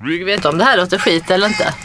Du vet om det här låter skit eller inte?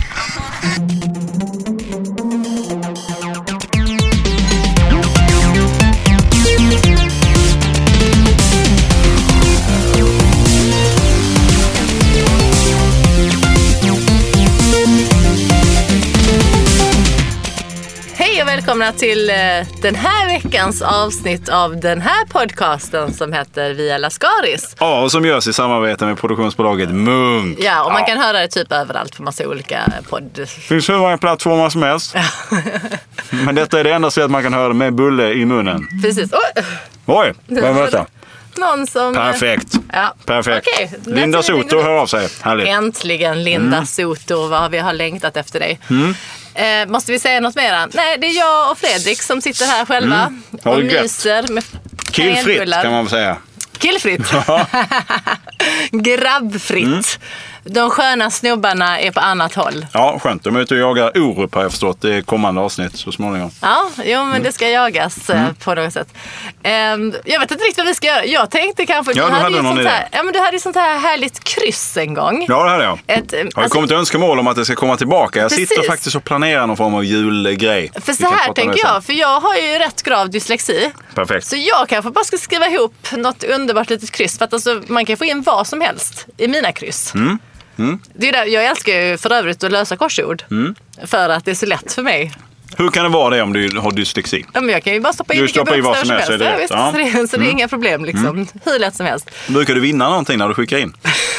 Välkomna till den här veckans avsnitt av den här podcasten som heter Via Lascaris. Ja, och som görs i samarbete med produktionsbolaget Munk. Ja, och man kan höra det typ överallt på massa olika podd. Finns hur många plattformar som helst. Men detta är det enda sättet man kan höra det med bulle i munnen. Precis. Oj, vad var detta? Någon som... Perfekt. Ja. Perfekt. Okay. Linda Soto hör av sig. Härligt. Äntligen Linda Soto, vad vi har längtat efter dig. Måste vi säga något mer? Nej, det är jag och Fredrik som sitter här själva och myser med killfritt kan man väl säga. Killfritt. Grabbfritt. De sköna snubbarna är på annat håll. Ja, skönt. De är ute och jagar Orup har jag förstått. Det är kommande avsnitt så småningom. Ja, jo, men det ska jagas på något sätt. Jag vet inte riktigt vad vi ska göra. Jag tänkte kanske... Ja, du hade någon idé. Ja, men du hade ju sånt här härligt kryss en gång. Ja, det hade jag. Har det kommit önskemål om att det ska komma tillbaka? Jag sitter faktiskt och planerar någon form av julgrej. För så här tänker jag, för jag har ju rätt grav dyslexi. Perfekt. Så jag kanske bara ska skriva ihop något underbart litet kryss. För att alltså, man kan få in vad som helst i mina kryss. Det är där, jag älskar ju för övrigt att lösa korsord. För att det är så lätt för mig. Hur kan det vara det om du har dyslexi? Ja, men jag kan ju bara stoppa in vilka bokstäver som helst. Så det är inga problem liksom. Hur lätt som helst. Brukar du vinna någonting när du skickar in?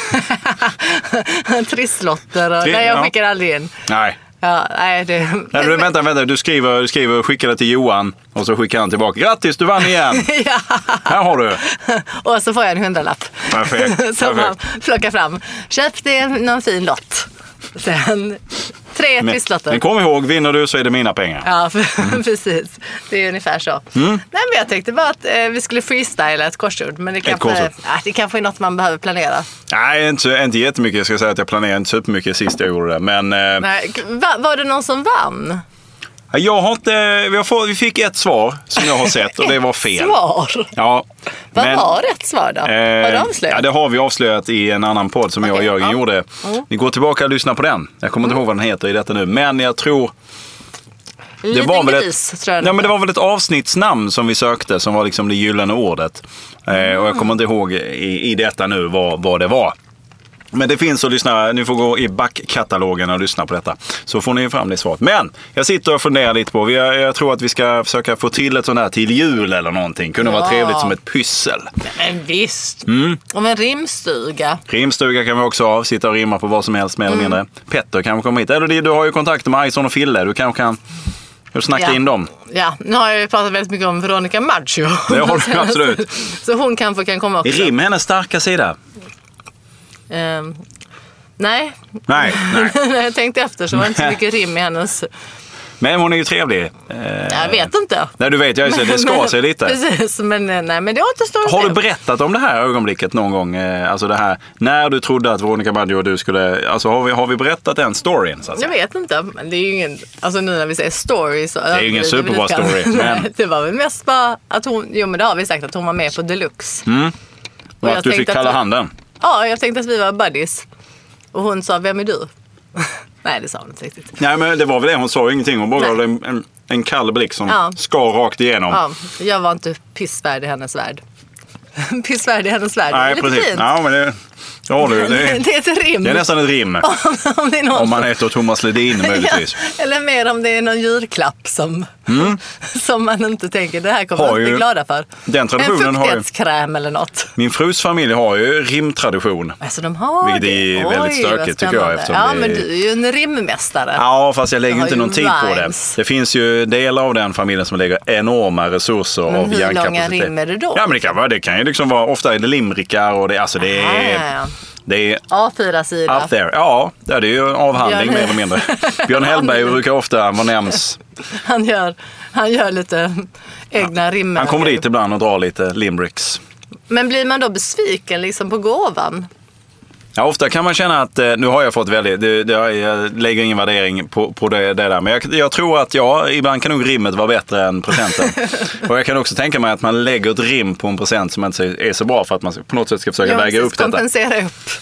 Trisslotter. Nej, jag skickar aldrig in. Nej. Ja, nej, nej, vänta. Du skriver och skickar det till Johan och så skickar han tillbaka. Grattis, du vann igen. Ja. Här har du. Och så får jag en 100-lapp. Perfekt. Som man plockar fram. Köp det någon fin lott. Sen 3 trisslotter. Men kom ihåg, vinner du så är det mina pengar. Ja, precis. Det är ungefär så. Nej, men jag tänkte bara att vi skulle freestyla ett korsord. Men det kanske är något man behöver planera. Nej, inte jättemycket. Jag ska säga att jag planerar inte supermycket sist jag gjorde det. Men, nej, var det någon som vann? Jag har inte... Vi fick ett svar som jag har sett och det var fel. Svar? Ja. Vad var rätt svar då? Har du avslöjat? Ja, det har vi avslöjat i en annan podd som jag och Jörgen gjorde. Ni går tillbaka och lyssnar på den. Jag kommer inte ihåg vad den heter i detta nu. Men jag tror... Det var väl ett avsnittsnamn som vi sökte som var liksom det gyllene ordet. Och jag kommer inte ihåg i detta nu vad det var. Men det finns att lyssna, ni får gå i backkatalogen och lyssna på detta. Så får ni fram det svaret. Men jag sitter och funderar lite på, jag tror att vi ska försöka få till ett sånt här till jul eller någonting. Kunde vara trevligt som ett pyssel. Men visst. Om en rimstuga. Rimstuga kan vi också ha, sitta och rimma på vad som helst mer eller mindre. Petter kan komma hit. Eller du har ju kontakter med Ison och Fille, du kanske kan... Hur snackar in dem? Ja, nu har jag ju pratat väldigt mycket om Veronica Maggio. Det har du absolut. Så hon kanske kan komma också. Är rim hennes starka sida? Nej. Jag tänkte efter så var det inte så mycket rim i hennes... Men hon är ju trevlig. Jag vet inte. Nej, du vet, det ska sig lite. Precis, men det återstår. Har du berättat om det här ögonblicket någon gång? Alltså det här, när du trodde att Veronica Maggio och du skulle... Alltså har vi berättat den storyn? Så att säga? Jag vet inte, men det är ju ingen... Alltså nu när vi säger story så... Det är ju ingen superbra story. Men... Det var väl mest bara att hon... Jo, men det har vi sagt att hon var med på Deluxe. Och att du fick kalla handen. Ja, jag tänkte att vi var buddies. Och hon sa, vem är du? Nej, det sa hon inte riktigt. Nej, men det var väl det. Hon sa ingenting. Hon bara hade en kall blick som skar rakt igenom. Ja, jag var inte pissvärd i hennes värld. Pissvärd i hennes värld. Nej, det är precis. fint. Ja, men det är ett rim. Det är nästan ett rim. Om det är någon om man heter Thomas Ledin möjligtvis. Ja, eller mer om det är någon djurklapp som man inte tänker, det här kommer jag inte bli glada för. Den traditionen en fuktighetskräm eller något. Min frus familj har ju rimtradition. Alltså de har vilket är väldigt stökigt tycker jag. Ja, men du är ju en rimmästare. Ja, fast jag lägger inte någon tid på det. Det finns ju delar av den familjen som lägger enorma resurser av hjärnkapacitet. Men hur långa rim är det då? Ja, men det kan ju liksom vara, ofta är det limrikar och det är... Det är A4-sida. Up there. Ja, det är ju avhandling mer eller mindre. Björn Hellberg brukar ofta vara nämns. Han gör lite egna rim. Han kommer dit ibland och drar lite limericks. Men blir man då besviken liksom på gåvan? Ja, ofta kan man känna att nu har jag fått väldigt, jag lägger ingen värdering på det där. Men jag tror att ibland kan nog rimmet vara bättre än presenten. Och jag kan också tänka mig att man lägger ett rim på en present som inte är så bra för att man på något sätt ska försöka väga upp detta. Kompensera upp.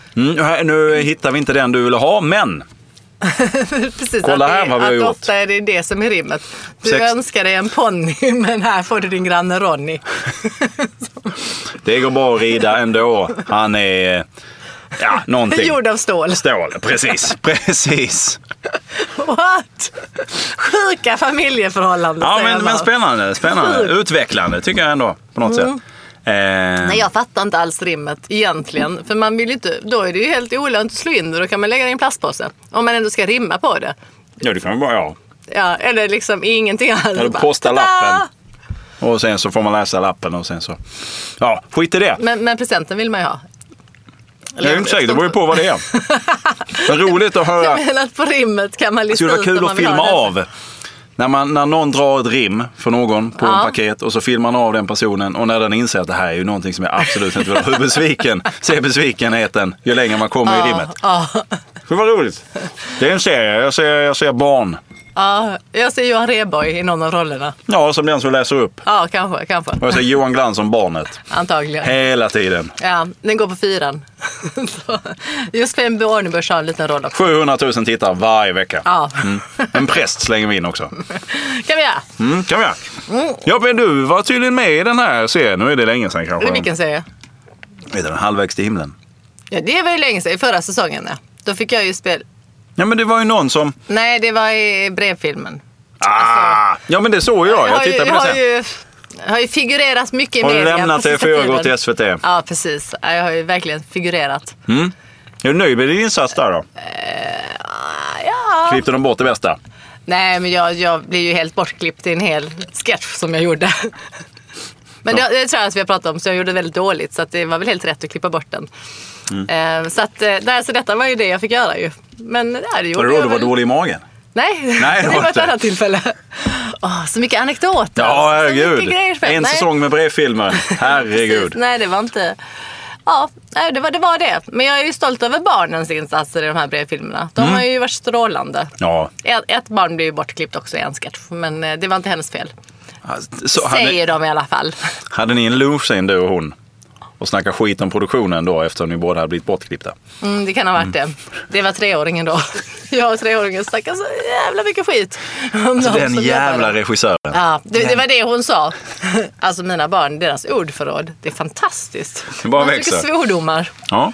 Nu hittar vi inte den du ville ha, men... Precis, kolla här vad vi har gjort. Ofta är det det som är rimmet. Du önskar dig en ponny, men här får du din granne Ronny. Det går bra att rida ändå. Han är... Ja, någonting. Gjord av stål. Stål, precis. What? Sjuka familjeförhållanden. Ja, men spännande. Utvecklande tycker jag ändå på något sätt. Nej, jag fattar inte alls rimmet egentligen. För man vill inte, då är det ju helt olönt att slå in det. Då kan man lägga det i en plastpåse. Om man ändå ska rimma på det. Ja, det kan man bara Ja, eller liksom ingenting alls. Eller posta lappen. Och sen så får man läsa lappen och sen så... Ja, skit i det. Men presenten vill man ju ha. Jag är inte säker, det beror ju på vad det är. Det är roligt att höra. Jag menar att på rimmet kan man lista ut. Det skulle vara kul att filma av. När någon drar ett rim för någon på en paket och så filmar man av den personen och när den inser att det här är ju någonting som jag absolut inte vill ha. Hur besvikenheten ju längre man kommer i rimmet. Det var roligt. Det är en serie, jag ser barn. Ja, jag ser Johan Rheborg i någon av rollerna. Ja, som den som läser upp. Ja, kanske. Och jag ser Johan Glans som barnet. Antagligen. Hela tiden. Ja, den går på 4. Just för en barn bör ha en liten roll också. 700 000 tittare varje vecka. Ja. En präst slänger vi in också. Kan vi göra? Kan vi göra. Ja, men du var tydligen med i den här serien. Nu är det länge sedan kanske. Vilken serie? Vet du, Halvvägs till himlen. Ja, det var ju länge sedan, i förra säsongen. Ja. Då fick jag ju spel. Ja, men det var ju någon som... Nej, det var i brevfilmen. Ja, men det såg jag tittade på det sen. Jag har ju figurerat mycket i media. Har du lämnat det för att gå till SVT? Ja, precis. Jag har ju verkligen figurerat. Är du nöjd med din insats där då? Ja. Klippte de bort det bästa? Nej, men jag blev ju helt bortklippt i en hel sketch som jag gjorde. Men det tror jag att vi har pratat om, så jag gjorde det väldigt dåligt. Så att det var väl helt rätt att klippa bort den. Så detta var ju det jag fick göra ju. Men det gjorde jag väl. Du var dålig i magen? Nej, det var ett annat tillfälle. Så mycket anekdoter. Ja, herregud. En säsong med brevfilmer. Herregud. Nej, det var inte... Ja, det var det. Men jag är ju stolt över barnens insatser i de här brevfilmerna. De har ju varit strålande. Ja. Ett barn blev ju bortklippt också i en sketch. Men det var inte hennes fel. Säger de i alla fall. Hade ni en lunch sen, du och hon? Och snacka skit om produktionen då efter att ni båda hade blivit bortklippta? Det kan ha varit det. Det var 3-åringen då. Jag och 3-åringen snackade så jävla mycket skit. Alltså den jävla regissören. Ja, det var det hon sa. Alltså mina barn, deras ordförråd. Det är fantastiskt. Det bara växer. Mycket svordomar. Ja.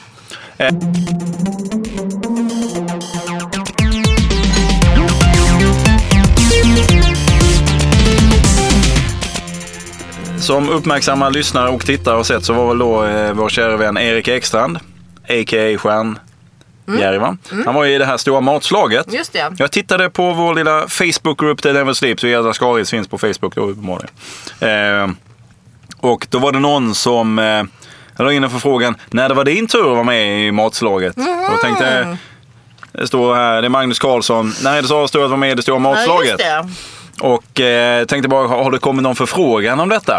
Som uppmärksamma lyssnare och tittare har sett så var väl då vår kära vän Erik Ekstrand, a.k.a. Stjärnjärva. Han var i det här stora matslaget. Just det. Jag tittade på vår lilla Facebook-grupp där Never Sleep, så Edra Skaris finns på Facebook då uppenbarligen. Och då var det någon som jag la in en förfrågan när det var din tur att vara med i matslaget. Och tänkte, det står här, det är Magnus Karlsson. Nej, det står att vara med i det stora matslaget. Ja, just det. Och tänkte bara, har det kommit någon förfrågan om detta?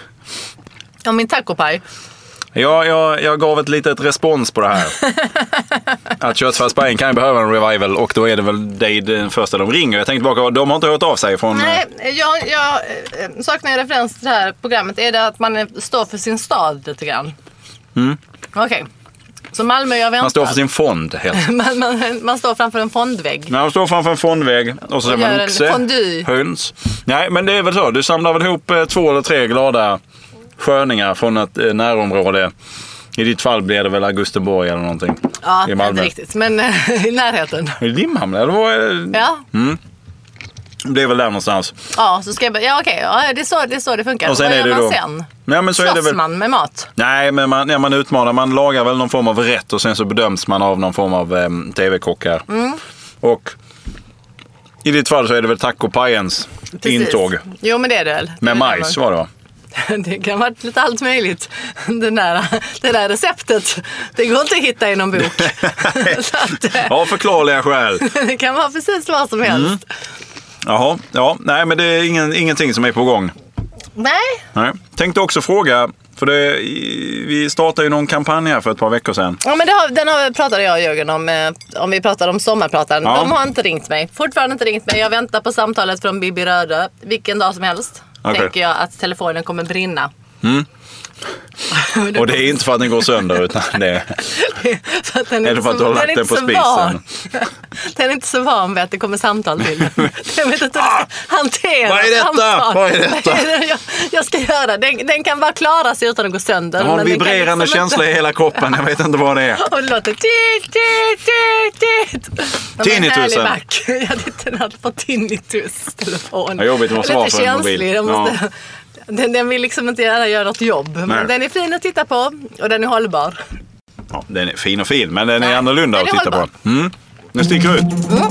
Om min tacopaj? Ja, jag gav ett litet respons på det här. Att Köttfärsbergen kan ju behöva en revival och då är det väl dig den första de ringer. Jag tänkte bara, de har inte hört av sig från... Nej, jag saknar en referens till det här programmet. Är det att man står för sin stad lite grann? Okej. Så Malmö, jag väntar. Man står för sin fond helt. man står framför en fondvägg. Man står framför en fondvägg och så ser man oxe, höns. Nej, men det är väl så. Du samlar väl ihop 2 eller 3 glada sköningar från ett närområde. I ditt fall blir det väl Augustenborg eller någonting. Ja, inte riktigt. Men i närheten. I Limhamn eller vad är det? Ja. Det är väl där någonstans. Ja, så ska jag... Ja, okej. Ja, det är så det funkar. Och sen är det man då... sen? Ja, men så är det väl... man med mat? Nej, men man utmanar. Man lagar väl någon form av rätt och sen så bedöms man av någon form av tv-kockar. Och i ditt fall så är det väl tacopajens intåg. Jo, men det är det väl. Med majs, var det va? Det kan vara lite allt möjligt. Det där receptet, det går inte att hitta i någon bok. Ja, förklarliga skäl. Det kan vara precis vad som helst. Jaha, ja. Nej, men det är ingenting som är på gång. Nej. Tänkte också fråga, för vi startade ju någon kampanj här för ett par veckor sedan. Ja, men den pratade jag och Jörgen om vi pratade om sommarprataren. Ja. De har inte ringt mig. Fortfarande inte ringt mig. Jag väntar på samtalet från Bibi Röde vilken dag som helst. Okay. Tänker jag att telefonen kommer brinna. Och det är inte för att den går sönder, utan det är för att du har lagt den på spisen. Den är inte så van vid att det kommer samtal till. Jag vet inte hur jag ska hantera samtal. Vad är detta? Jag ska göra. Den kan bara klara sig utan att gå sönder. Den har en vibrerande liksom känsla i hela kroppen. Jag vet inte vad det är. Och det låter tinnitus. Jag hade inte natt på tinnitus-telefon. Vad jobbigt att svara för en mobil. Den vill liksom inte gärna göra något jobb. Men den är fin att titta på och den är hållbar. Ja, den är fin och fin, men den är annorlunda att titta på. Den sticker ut.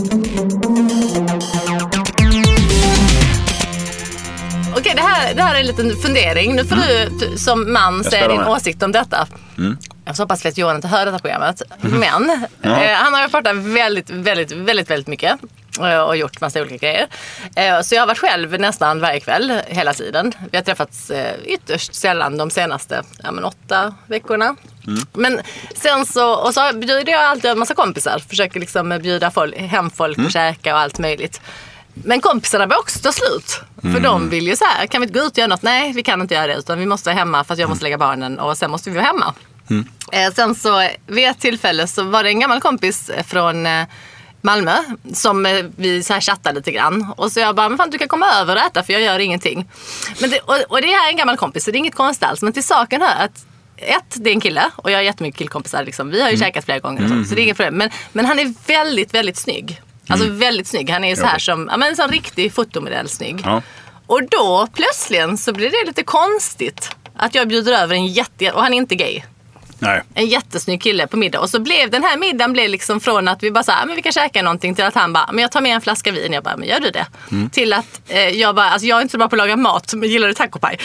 Okej, det här är en liten fundering. Nu får du som man säga din åsikt om detta. Jag hoppas att Johan inte hör detta programmet. Men han har ju pratat väldigt mycket och gjort massa olika grejer. Så jag har varit själv nästan varje kväll hela tiden. Vi har träffats ytterst sällan de senaste 8 veckorna. Men sen så bjuder jag alltid en massa kompisar. Försöker liksom bjuda hem folk och käka och allt möjligt. Men kompisarna var också ta slut. För de vill ju så här, kan vi inte gå ut och göra något? Nej, vi kan inte göra det, utan vi måste vara hemma för att jag måste lägga barnen och sen måste vi vara hemma. Sen så vid ett tillfälle så var det en gammal kompis från Malmö som vi så här chattade lite grann. Och så jag bara, men fan, du kan komma över och äta för jag gör ingenting. Men och det här är en gammal kompis så det är inget konstigt alls. Men till saken hör att det är en kille och jag har jättemycket killkompisar liksom. Vi har ju käkat flera gånger och sånt, så det är inget problem. Men han är väldigt snygg. Alltså väldigt snygg. Han är ju så här som en sån riktig fotomodell snygg. Ja. Och då plötsligen så blir det lite konstigt att jag bjuder över och han är inte gay. Nej. En jättesnygg kille på middag. Och så blev den här middagen liksom från att vi bara sa, men vi kan käka någonting, till att han bara, men jag tar med en flaska vin. Jag bara, men gör du det? Till att jag bara, alltså jag är inte så bra på att laga mat, men gillar du tacopaj?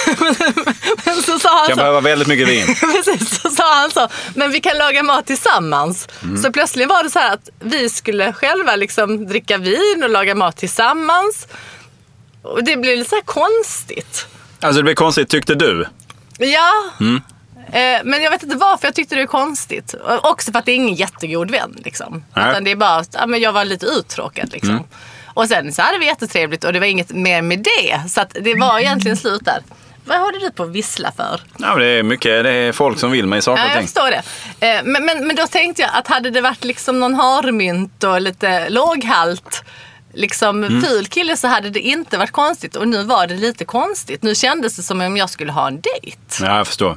Men så sa han kan behöva väldigt mycket vin. Precis, så sa han så, men vi kan laga mat tillsammans. Så plötsligt var det så här att vi skulle själva liksom dricka vin och laga mat tillsammans. Och det blev lite så här konstigt. Alltså det blev konstigt, tyckte du? Ja. Men jag vet inte varför jag tyckte det är konstigt. Också för att det är ingen jättegod vän liksom. Utan det är bara att jag var lite uttråkad liksom. Och sen så hade vi jättetrevligt och det var inget mer med det. Så att det var egentligen slut där. Vad har du på vissla för? Ja, det är folk som vill mig saker och ting. Jag förstår det. Men då tänkte jag att hade det varit liksom någon harmynt och lite låghalt liksom ful kille så hade det inte varit konstigt. Och nu var det lite konstigt. Nu kändes det som om jag skulle ha en dejt. Ja, jag förstår.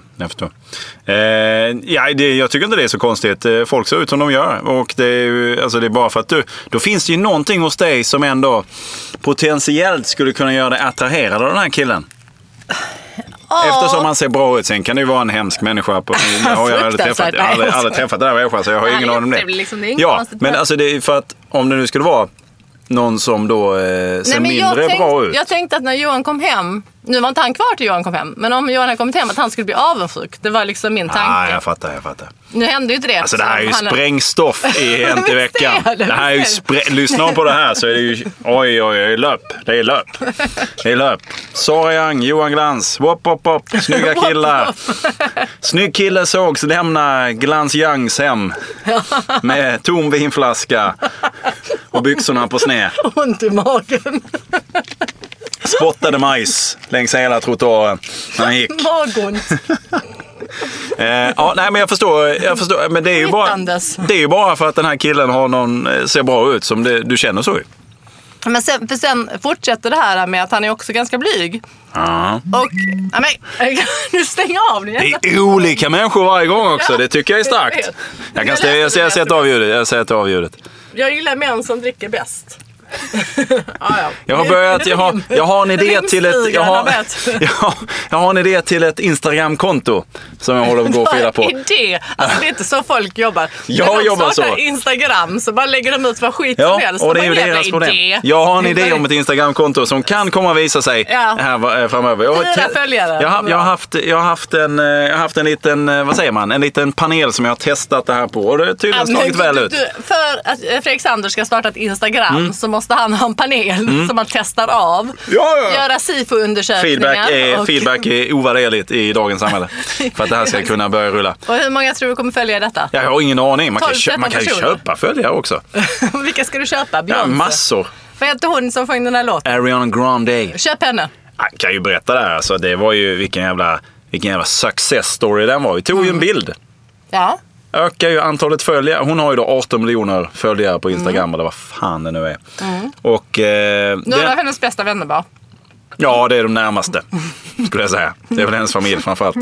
Jag tycker inte det är så konstigt. Folk ser ut som de gör. Och det är ju, alltså det är bara för att då finns det ju någonting hos dig som ändå potentiellt skulle kunna göra dig attraherad av den här killen. Eftersom han ser bra ut. Sen kan det ju vara en hemsk människa. Jag har aldrig träffat den här människan, så jag har ingen aning om det. Liksom, ja, men alltså det är för att om det nu skulle vara någon som då ser mindre bra ut. Jag tänkte att när Johan kom hem, nu var inte han kvar till Johan kom hem, men om Johan hade kommit hem att han skulle bli avundsjuk. Det var liksom min tanke. Jag fattar. Nu hände ju inte det. Alltså det här är ju sprängstoff i En till veckan. Det här är ju lyssna på det här så är det ju oj, löp. Det är löp. Sorry, Johan Glans. Wop. Snygga killar. Snygg kille sågs lämna Glans Youngs hem med tom vinflaska och byxorna på sned. Ont i magen. Spottade majs längs hela trottoaren när han gick. Magont. Nej, men jag förstår, men det är ju bara för att den här killen ser bra ut som du känner så ju. Men sen fortsätter det här med att han är också ganska blyg. Och nu stänger av det. Det är olika människor varje gång också. Det tycker jag är starkt. Jag sätter av ljudet. Jag gillar män som dricker bäst. Jag har en idé till jag har en idé till ett Instagram-konto som jag håller på att gå och fila på. Idé? Alltså det är inte så folk jobbar. Jag jobbar så. Instagram så bara lägger de ut vad skit som helst. Och det är ju deras problem. Jag har en idé om ett Instagram-konto som kan komma att visa sig här framöver. Jag har haft en liten, vad säger man, en liten panel som jag har testat det här på och det har tydligen slagit väl ut. För att Fredrik Sander ska starta ett Instagram så måste han ha en panel som man testar av. Göra SIFO-undersökningar. Feedback är ovärderligt i dagens samhälle. För att det här ska kunna börja rulla. Och hur många tror du kommer följa detta? Jag har ingen aning. Man kan ju köpa följare också. Vilka ska du köpa? Beyoncé? Massor. Vad heter hon som sjöng den här låten? Ariana Grande. Köp henne. Jag kan ju berätta det här. Alltså, det var ju vilken jävla Vilken jävla success story den var. Vi tog ju en bild. Ja. Ökar ju antalet följare. Hon har ju då 18 miljoner följare på Instagram eller vad fan det nu är. Och, några av hennes bästa vänner bara. Ja, det är de närmaste, skulle jag säga. Det är väl hennes familj framförallt.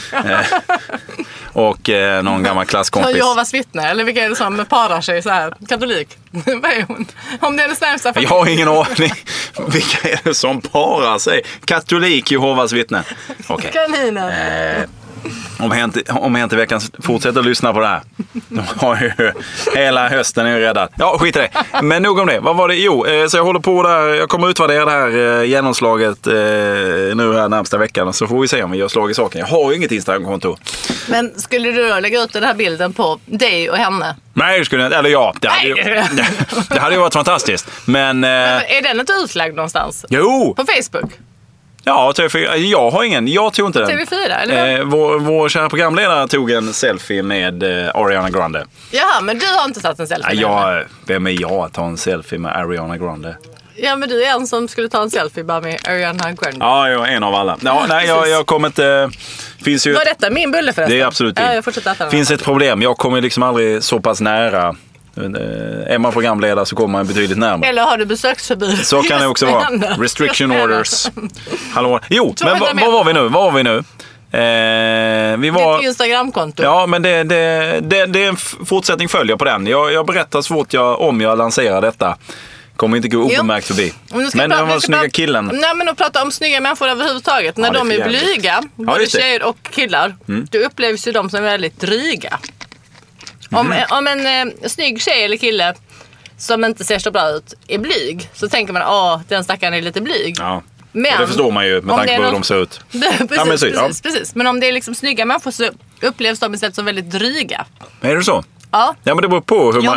Och någon gammal klasskompis. Jehovas vittne, eller vilka är det som parar sig så här? Katolik? Vad är hon? Om det är det närmsta familj. Jag har ingen aning. Vilka är det som parar sig? Katolik, Jehovas vittne. Okej. Kaniner. Om jag inte veckan fortsätter lyssna på det här. De har ju hela hösten är ju räddad. Ja, skit i det. Men nog om det. Vad var det? Jo, så jag håller på där. Jag kommer utvärdera det här genomslaget nu här närmsta veckan. Så får vi se om vi gör slag i saken. Jag har ju inget Instagram-konto. Men skulle du då lägga ut den här bilden på dig och henne? Nej, det skulle jag inte. Eller ja, det hade ju varit fantastiskt. Men är den inte utlagd någonstans? Jo! På Facebook? Ja, TV4. Jag har ingen. Jag tog inte den. TV4, eller vår kära programledare tog en selfie med Ariana Grande. Jaha, men du har inte tagit en selfie med henne? Vem är jag att ta en selfie med Ariana Grande? Ja, men du är en som skulle ta en selfie bara med Ariana Grande. Ja, jag är en av alla. Ja, nej, jag kommer inte... Finns ju var detta min bulle förresten? Det är absolut ja, jag fortsätter äta den. Finns ett problem. Jag kommer liksom aldrig så pass nära. Är man programledare så kommer man betydligt närmare. Eller har du besöksförbud? Så kan det också vara. Restriction orders. Hallå. Jo, men var var vi nu? Var var vi nu? Vi var... Ditt Instagramkonto. Ja, men det är en fortsättning följer på den. Jag berättar så fort om jag lanserar detta. Kommer inte gå obemärkt förbi. Men den var snygga killen. Nej, men att prata om snygga människor överhuvudtaget. När de är blyga, både tjejer och killar, då upplevs ju de som väldigt dryga. Om en snygg tjej eller kille som inte ser så bra ut är blyg, så tänker man den stackaren är lite blyg. Ja. Men det förstår man ju med tanke på hur de ser ut. precis. Men om det är liksom snygga människor så upplevs de istället som väldigt dryga. Är det så? Ja. Ja, men det beror på hur man...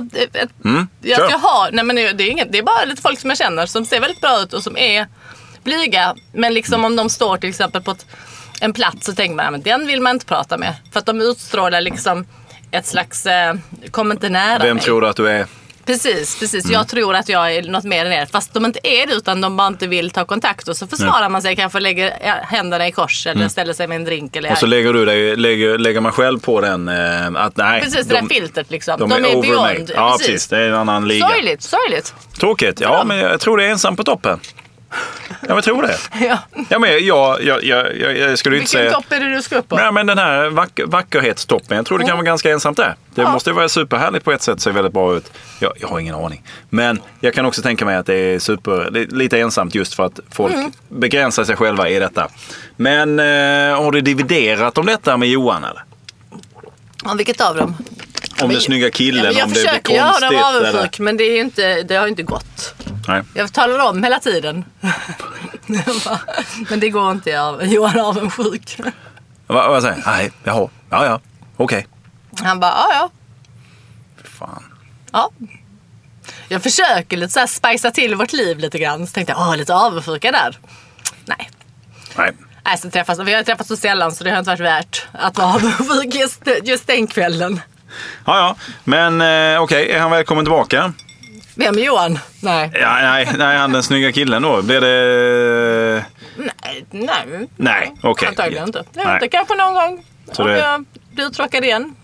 Det är bara lite folk som jag känner som ser väldigt bra ut och som är blyga. Men liksom om de står till exempel på en plats så tänker man att den vill man inte prata med. För att de utstrålar liksom ett slags... kom inte nära Vem mig. tror du att du är? Precis. Jag tror att jag är något mer än er. Fast de inte är det, utan de bara inte vill ta kontakt. Och så försvarar man sig, kanske lägger händerna i kors eller ställer sig med en drink. Eller och så lägger man själv på den att nej. Precis, det där filtret liksom. De är beyond. Ja, precis. Det är en annan liga. Sorgligt. Tråkigt. Ja, men jag tror det är ensam på toppen. Ja, jag tror det. Ja, men jag skulle inte säga... Vilken topp är det du ska upp på? Nej, men den här vackerhetstoppen. Jag tror det kan vara ganska ensamt där. Det måste vara superhärligt på ett sätt, ser väldigt bra ut. Jag har ingen aning. Men jag kan också tänka mig att det är lite ensamt just för att folk begränsar sig själva i detta. Men har du dividerat om detta med Johan, eller? Om vilket av dem? Om den snygga killen, om det blir konstigt. Jag försöker göra dem avundsjuk, men det har inte gått. Nej. Jag talar om hela tiden. Men det går inte, Johan är avundsjuk. Vad säger jag? Nej, jaha. Ja, okej. Han bara, ja. Fan. Ja. Jag försöker lite så här spicea till vårt liv lite grann. Så tänkte jag, lite avundsjuka där. Nej. Vi har träffats så sällan så det har inte varit värt att vara avundsjuk just den kvällen. Ja. Men okej, är han välkommen tillbaka? Vem är Johan? Nej. Ja, nej, han den snygga killen då. Blir det... Nej, okej. Antagligen inte. Det kanske någon gång. Så om jag blir uttråkad igen.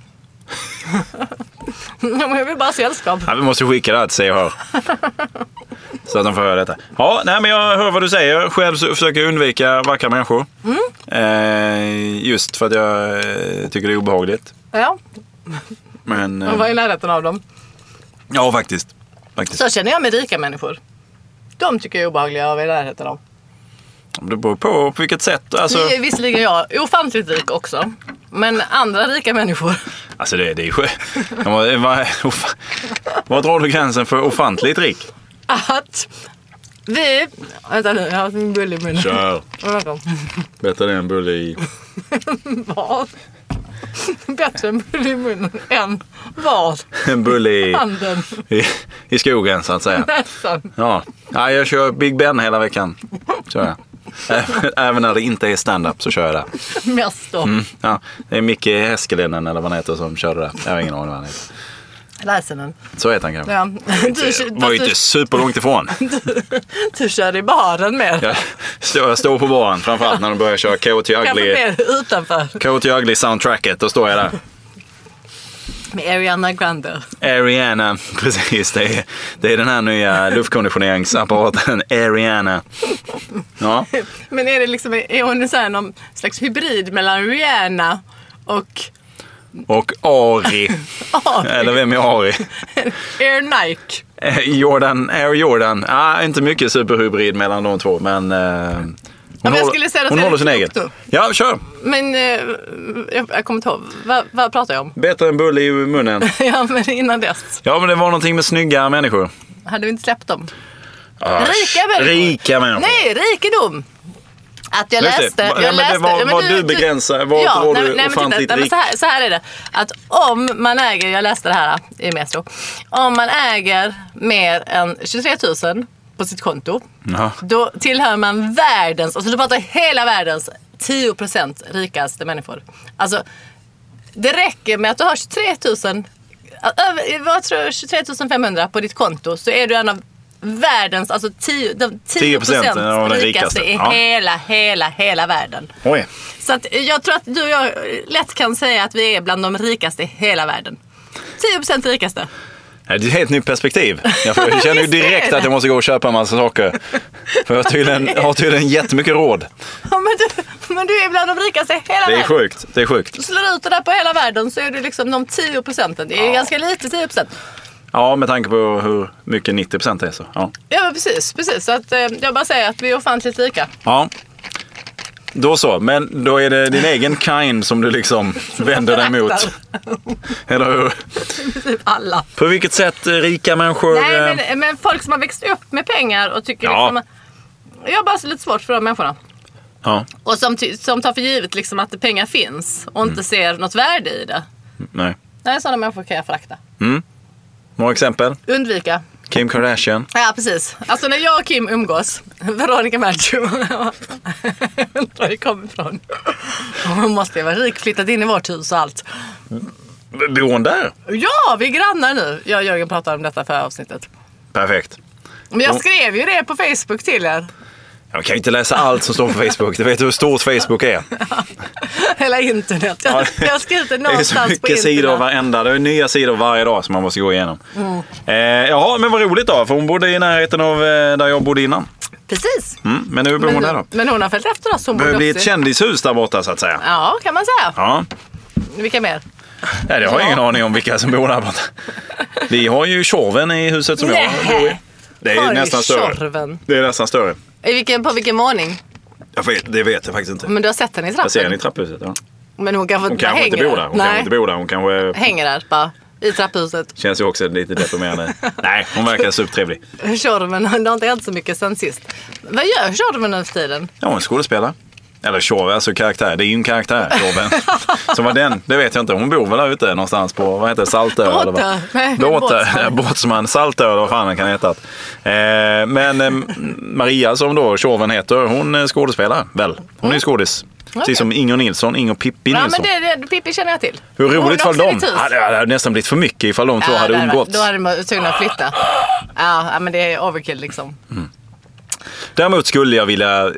Jag vill bara sällskap. Ja, vi måste skicka det här till sig och hör. Så att de får höra detta. Ja, nej, men jag hör vad du säger. Själv så försöker jag undvika vackra människor. Just för att jag tycker det är obehagligt. Ja. Men... Och var i närheten av dem. Ja, faktiskt. Så känner jag med rika människor. De tycker jag är obehagliga av i närheten av. Det beror på vilket sätt. Alltså... Visserligen jag är ofantligt rik också. Men andra rika människor. Alltså det är ju... Vad drar du gränsen för ofantligt rik? Att vi... Vänta nu, jag har en bulle i munnen. Kör. Bättre än en bulle i... Vad? Bättre en bulle i munnen än vad? En bulle i handen. I skogen, så att säga. Nästan. Ja, jag kör Big Ben hela veckan. Kör jag. Även när det inte är stand-up så kör jag det. Mest då. Ja, det är Micke Häskelinen eller vad han heter som kör det där. Jag har ingen aning vad han heter. Laisinen. Så heter han kanske. Ja. Det var ju inte superlångt ifrån. Du kör i baren mer. Jag står på baren, framförallt när de börjar köra Coyote Ugly. Utanför. Coyote Ugly soundtracket, då står jag där. Med Ariana Grande. Ariana, precis. Det är den här nya luftkonditioneringsapparaten, Ariana. Ja. Men är det liksom, är hon så här någon slags hybrid mellan Rihanna och Ari. Eller vem är Ari? Air Nike. Air Jordan. Inte mycket superhybrid mellan de två, men hon håller sin egen. Ja, kör. Men jag kommer inte ihåg. Vad pratar jag om? Bättre än bull i munnen. Ja, men innan dess. Ja, men det var någonting med snygga människor. Hade vi inte släppt dem? Rika människor. Nej, rikedom. Att jag läste. Vad du begränsar, vad du ofantligt rik. Så här är det. Att om man äger, jag läste det här i Metro. Om man äger mer än 23 000 på sitt konto, då tillhör man världens, alltså du pratar hela världens 10% rikaste människor. Alltså, det räcker med att du har 23 500 på ditt konto, så är du en av världens, alltså 10% rikaste i hela världen. Oj. Så att jag tror att du och jag lätt kan säga att vi är bland de rikaste i hela världen. 10% rikaste. Det är ett helt nytt perspektiv. Jag känner ju direkt att jag måste gå och köpa en massa saker. För jag har tydligen jättemycket råd. Ja, men du är bland de rikaste i hela världen. Det är sjukt. Du slår ut det där på hela världen, så är du liksom de 10%. Det är ganska lite 10%. Ja, med tanke på hur mycket 90% är så. Ja, precis. Så att jag bara säger att vi är ofantligt rika. Ja. Då så, men då är det din egen kind som du liksom vänder dig mot. Eller hur? Alla. På vilket sätt rika människor... Nej, men folk som har växt upp med pengar och tycker liksom... Jag har bara så lite svårt för de människorna. Ja. Och som tar för givet liksom att pengar finns och inte ser något värde i det. Nej, sådana människor kan jag förakta. Några exempel? Undvika. Kim Kardashian. Ja, precis. Alltså när jag och Kim umgås, Veronica Maggio, var det kommer ifrån. Hon måste ju vara rik, flyttat in i vårt hus och allt. Bor hon där? Ja, vi är grannar nu. Jag och Jörgen pratade om detta för avsnittet. Perfekt. Men jag skrev ju det på Facebook till er. Jag kan ju inte läsa allt som står på Facebook. Du vet hur stort Facebook är. Hela internet. Jag har skrivit det någonstans på internet. Det är så mycket sidor varenda. Det är nya sidor varje dag som man måste gå igenom. Jaha, men vad roligt då. För hon bodde i närheten av där jag bodde innan. Precis. Men nu bor hon där då. Men hon har följt efter oss. Det blir ett kändishus där borta så att säga. Ja, kan man säga. Ja. Vilka mer? Nej, jag har ingen aning om vilka som bor där borta. Vi har ju Tjorven i huset som jag bor i. Det är nästan större. Tjorven? Det är nästan större. På vilken våning? Det vet jag faktiskt inte. Men du har sett henne i trappen? Jag ser henne i trapphuset, ja. Men hon kanske inte bor där. Hon kanske hänger där bara i trapphuset. Känns ju också lite deprimerande. Nej, hon verkar supertrevlig. Tjorven har inte hänt så mycket sen sist. Vad gör Tjorven nu för tiden? Ja, hon är skådespelare. Eller Tjorven, alltså karaktär. Det är ju en karaktär, Tjorven. Som var den, det vet jag inte. Hon bor väl där ute någonstans på, vad heter det, Saltö? Båtsman, Saltö eller vad fan den kan heta. Men Maria som då Tjorven heter, hon är skådespelare, väl? Hon är skådis. Precis som Inger Nilsson, Inger Pippi Nilsson. Ja, men Pippi känner jag till. Hur roligt ifall de hade nästan blivit för mycket ifall de två hade umgåtts. Då hade de tvungna att flytta. Ja, men det är overkill liksom. Däremot skulle jag vilja...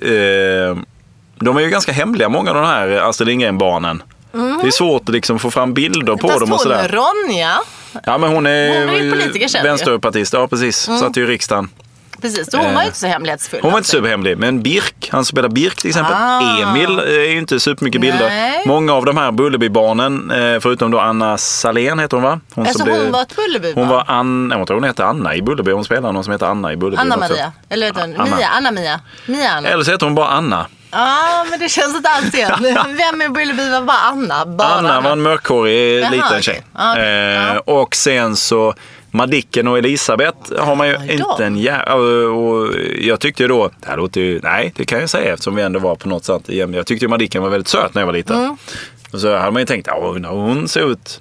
de är ju ganska hemliga, många av de här Astrid Lindgren-barnen. Det är svårt att liksom få fram bilder på dem och sådär. Ronja. Ja, men hon är ju politiker, vänsterpartist. Ja, precis. Satt ju i riksdagen. Precis, så hon var ju inte så hemlighetsfull. Hon var inte superhemlig, men Birk, han spelar Birk till exempel. Emil är ju inte supermycket bilder. Nej. Många av de här Bullerby-barnen, förutom då Anna Salén heter hon, va? Hon var ett Bullerby-barn? Hon var jag tror hon heter Anna i Bullerby. Hon spelar någon som heter Anna i Bullerby. Anna-Maria, eller heter hon? Anna-Mia. Anna. Eller så heter hon bara Anna. Ja, men det känns inte alls igen. Vem är Bullerby var bara Anna? Anna var en mörkhårig liten tjej. Okay. Och sen så Madicken och Elisabeth har man ju inte en och jag tyckte ju då, det här låter ju, nej det kan jag säga eftersom vi ändå var på något sätt, jag tyckte ju Madicken var väldigt söt när jag var liten. Och så hade man ju tänkt, hon ser ut nu.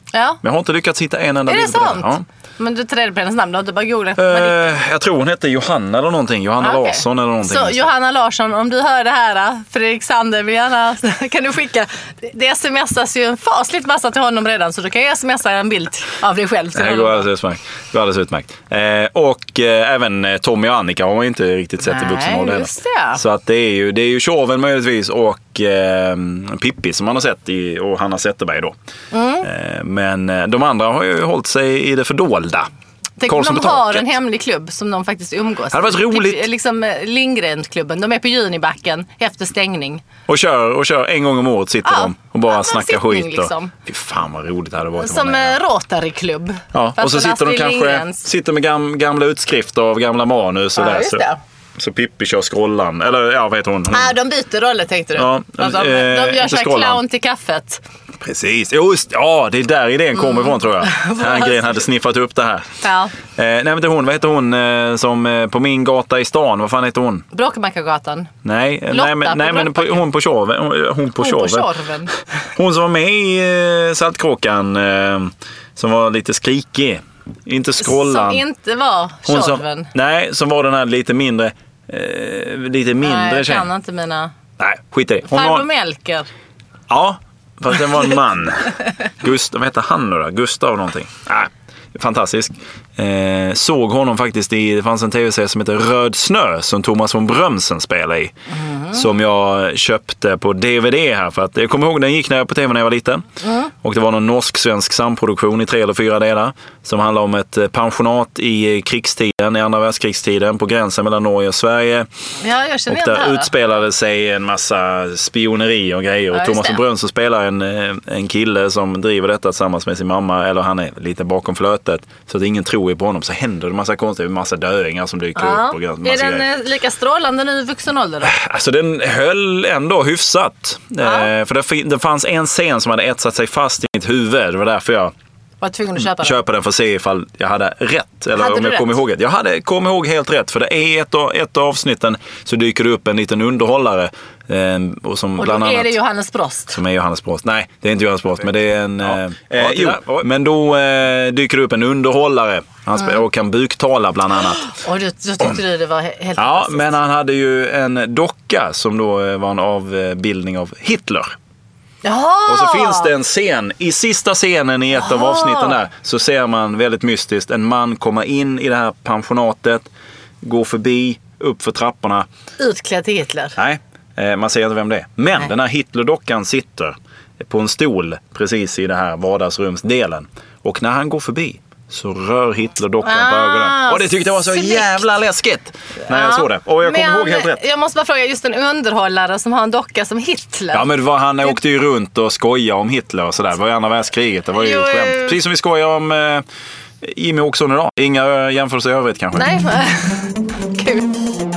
Ja. Men jag har inte lyckats hitta en enda bild på det. Är det sant? Ja. Men du trädde på hennes namn då? Du bara googla. Jag tror hon hette Johanna eller någonting. Johanna Larsson eller någonting. Så Johanna Larsson, om du hör det här, Fredrik Sander vill gärna, kan du skicka. Det smsas ju en fasligt massa till honom redan, så du kan ju smsa en bild av dig själv. Det går alldeles utmärkt. Och även Tommy och Annika har man inte riktigt sett i vuxen ålder. Så att det är ju Tjorven möjligtvis och Pippi som man har sett och Hanna Zetterberg då. Men de andra har ju hållit sig i det fördolda. Tänk om de har en hemlig klubb som de faktiskt umgås. Det hade varit roligt. Liksom Lindgren-klubben. De är på Junibacken efter stängning. Och kör en gång om året sitter de och bara snackar skit. Liksom. Fy fan vad roligt det hade varit. Som Rotary-klubb. Ja, och så sitter de kanske med gamla utskrifter av gamla manus och där. Så Pippi kör scrollan. Eller vad heter hon? De byter roller tänkte du. Ja, de gör sig clown till kaffet. Precis, just det är där idén kommer ifrån tror jag. Herngren hade sniffat upp det här. Ja. Nej men vad heter hon som på min gata i stan, vad fan heter hon? Bråkmakargatan. Nej men hon på Tjorven. Hon som var med i Saltkråkan som var lite skrikig. Inte scrollan. Som inte var Tjorven. Nej, som var den här lite mindre Nej, jag kan inte mina. Nej, skit i det. Farbror Melker. Ja, fast den var en man. Vad heter han nu då? Gustav någonting. Fantastisk. Såg honom faktiskt det fanns en tv-serie som heter Röd snö som Thomas von Brömsen spelar i. Som jag köpte på DVD här för att jag kommer ihåg den gick på tv när jag var liten. Och det var någon norsk-svensk samproduktion i 3 eller 4 delar som handlar om ett pensionat i krigstiden, i andra världskrigstiden på gränsen mellan Norge och Sverige. Ja, jag känner och där utspelade sig en massa spioneri och grejer. Och Thomas von Brömsen spelar en kille som driver detta tillsammans med sin mamma, eller han är lite bakom flötet så att ingen tror på honom, så händer det massa konstiga, massa döingar som dyker upp. Och är den lika strålande nu i vuxen ålder då? Alltså den höll ändå hyfsat. För det fanns en scen som hade etsat sig fast i mitt huvud. Det var därför jag var tvungen att köpa den för att se ifall jag hade rätt. Eller om jag kom ihåg det. Jag hade kommit ihåg helt rätt. För det är ett av avsnitten så dyker det upp en liten underhållare. Och bland annat, är det Johannes Brost? Som är Johannes Brost. Nej, det är inte Johannes Brost, men det är en... men då dyker det upp en underhållare. Han och kan buktala bland annat. Och du tyckte det var helt fantastiskt. Men han hade ju en docka som då var en avbildning av Hitler. Jaha. Och så finns det en scen, i sista scenen i ett av avsnitten där, så ser man väldigt mystiskt en man komma in i det här pensionatet, gå förbi, upp för trapporna. Utklädd till Hitler? Nej, man ser inte vem det är. Men den här Hitler-dockan sitter på en stol precis i det här vardagsrumsdelen. Och när han går förbi så rör Hitler-dockan på ögonen. Och det tyckte jag var så jävla läskigt när jag såg det. Och jag kommer ihåg helt rätt. Jag måste bara fråga, just en underhållare som har en docka som Hitler. Ja, men han åkte ju runt och skojade om Hitler och sådär. Det var ju andra världskriget. Det var ju skämt. Precis som vi skojar om Jimmie Åkesson idag. Inga jämförelser i övrigt kanske. Nej, kul.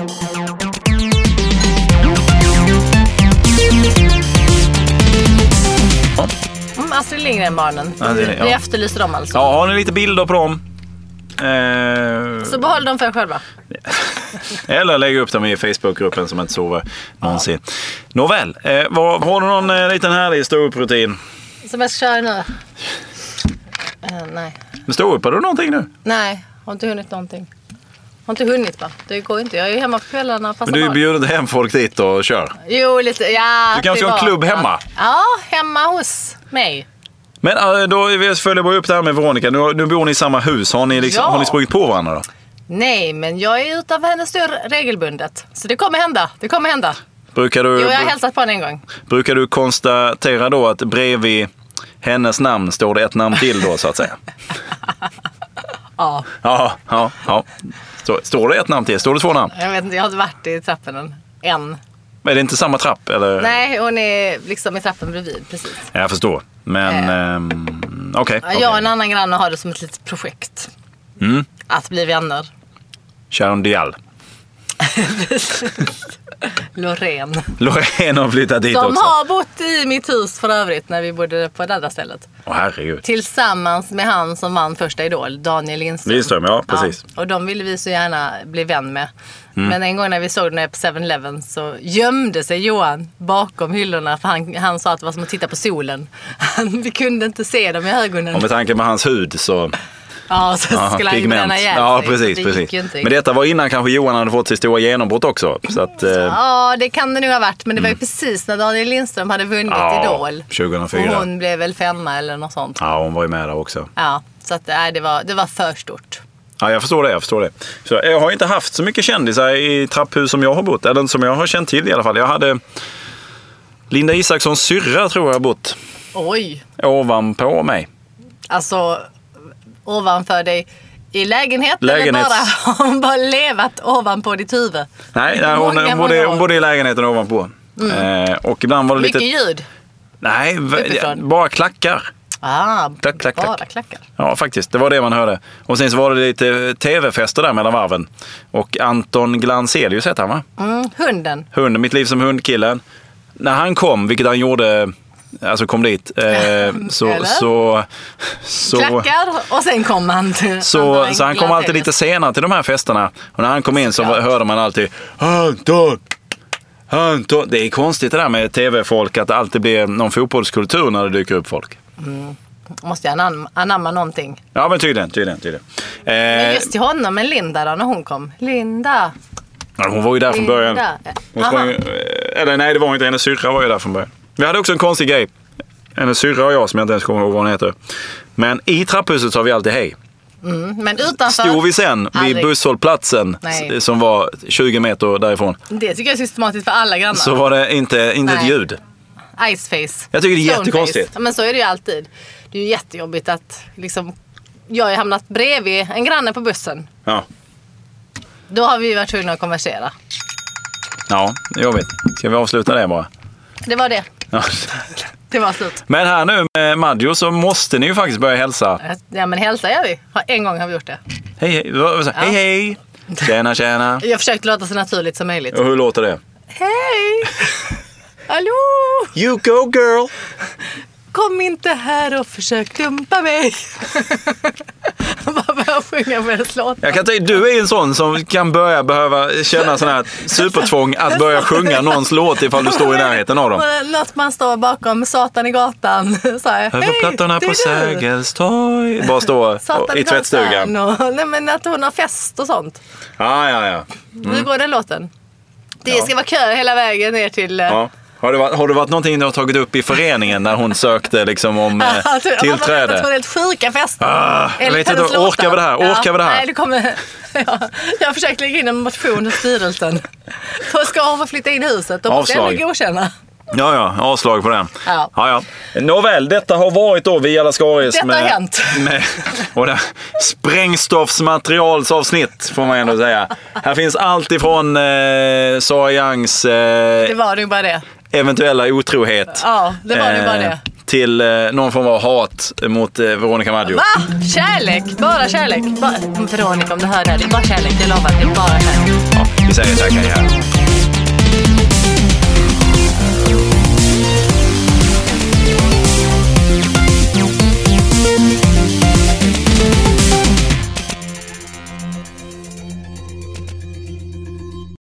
Astrid Lindgren-barnen. Vi efterlyser dem alltså. Ja, har ni lite bilder på dem? Så behåll dem för er själva. Eller lägg upp dem i Facebookgruppen som inte sover någonsin. Nåväl, har du någon liten härlig stå-upp-rutin? Som jag ska köra nu? Nej. Men stå-upp, har du någonting nu? Nej, har inte hunnit någonting. Har inte hunnit va? Det går inte. Jag är hemma på kvällarna. Men du bjuder hem folk dit och kör? Jo, lite. Ja, du kanske har en klubb hemma? Ja, hemma hos mig. Men då följer jag bara upp det här med Veronica. Nu bor ni i samma hus. Har ni sprungit på varandra då? Nej, men jag är ute av hennes dörr regelbundet. Så det kommer hända. Brukar du, jag har hälsat på henne en gång. Brukar du konstatera då att bredvid hennes namn står det ett namn till då så att säga? Ja. Ja. Står det ett namn till? Står det 2 namn? Jag vet inte, jag har inte varit i trappen än. Men är det inte samma trapp? Eller? Nej, hon är liksom i trappen bredvid, precis. Jag förstår. Men okej. Jag och en annan granne har det som ett litet projekt. Att bli vänner. Sharon Dial. Loreen har flyttat dit som också. Som har bott i mitt hus för övrigt när vi bodde på det andra stället. Herregud. Tillsammans med han som vann första Idol, Daniel Lindström. Ja, precis. Ja, och de ville vi så gärna bli vän med. Men en gång när vi såg den på 7-Eleven så gömde sig Johan bakom hyllorna för han sa att det var som att titta på solen. Vi kunde inte se dem i ögonen. Och med tanke med hans hud så... Ja, så skulle han bränna ihjäl sig. Ja, precis. Men detta var innan kanske Johan hade fått sitt stora genombrott också. Så att, ja, det kan det nog ha varit. Men det var ju precis när Daniel Lindström hade vunnit Idol. 2004. Och hon blev väl 5 eller något sånt. Ja, hon var ju med där också. Ja, så att, det var för stort. Ja, jag förstår det. Så jag har inte haft så mycket kändisar i trapphus som jag har bott. Eller som jag har känt till i alla fall. Jag hade Linda Isakssons syrra tror jag har bott. Oj. Ovanpå mig. Alltså... Ovanför dig i lägenhet eller bara hon bara levat ovanpå ditt huvud? Nej, hon bodde i lägenheten ovanpå. Och ibland var det mycket lite... ljud? Nej, bara klackar. Klack. Bara klackar. Ja, faktiskt. Det var det man hörde. Och sen så var det lite tv-fester där mellan varven. Och Anton Glanzelius heter han, va? Hunden, mitt liv som hundkillen. När han kom, vilket han gjorde... Alltså kom dit så klackar och sen kom han till så han kom alltid lite senare till de här festerna och när han kom in så hörde man alltid Anton. Det är konstigt det där med tv-folk att det alltid blir någon fotbollskultur när det dyker upp folk. Måste jag anamma någonting. Ja, men tydligen. Men just till honom, men Linda då när hon kom. Linda. Ja, hon var ju där från början. Eller nej, det var inte, hennes syrra var ju där från början. Vi hade också en konstig grej. Hennes syrra och jag som jag inte ens kommer ihåg vad hon heter. Men i trapphuset sa vi alltid hej. Men utanför... Stod vi sen vid busshållplatsen som var 20 meter därifrån. Det tycker jag är systematiskt för alla grannar. Så var det inte ett ljud. Iceface. Jag tycker det är jättekonstigt. Ja, men så är det ju alltid. Det är ju jättejobbigt att liksom... Jag har hamnat bredvid en granne på bussen. Ja. Då har vi varit tvungna att konversera. Ja, jobbigt. Ska vi avsluta det bara? Det var det. Ja. Det var slut. Men här nu med Maggio så måste ni ju faktiskt börja hälsa. Ja, men hälsa gör vi. En gång har vi gjort det. Hej. Tjena. Jag försökte låta så naturligt som möjligt. Och hur låter det? Hej! Hallå! You go girl! Kom inte här och försök dumpa mig. Bara börja sjunga med en låt. Jag kan säga, du är en sån som kan behöva känna sån här supertvång att börja sjunga någons låt ifall du står i närheten av dem. Något man står bakom Satan i gatan. Över plattorna på Sergels torg. Bara stå i tvättstugan. Nej, men att hon har fest och sånt. Ja. Hur går den låten? Det ska vara kö hela vägen ner till... Ja. Har det varit någonting du har tagit upp i föreningen när hon sökte liksom om tillträde? Det var helt sjuka fester. Jag vet inte, orkar vi det här? Nej, det kommer... Jag har försökt lägga in en motion i styrelsen. Då ska hon få flytta in i huset. Då måste jag ändå godkänna. Ja, avslag på den. Ja. Nåväl, detta har varit då Via Lascaris. Detta har hänt. Och det sprängstoffsmaterialsavsnitt får man ändå säga. Här finns allt ifrån Sara Youngs... det var nog bara det. Eventuella otrohet. Ja, det var nog bara det. Till någon form av hat mot Veronica Maggio. Va? Kärlek? Bara kärlek? Veronica, om du hör det här, det är bara kärlek. Det lovar, det är bara kärlek. Ja, vi säger tack här.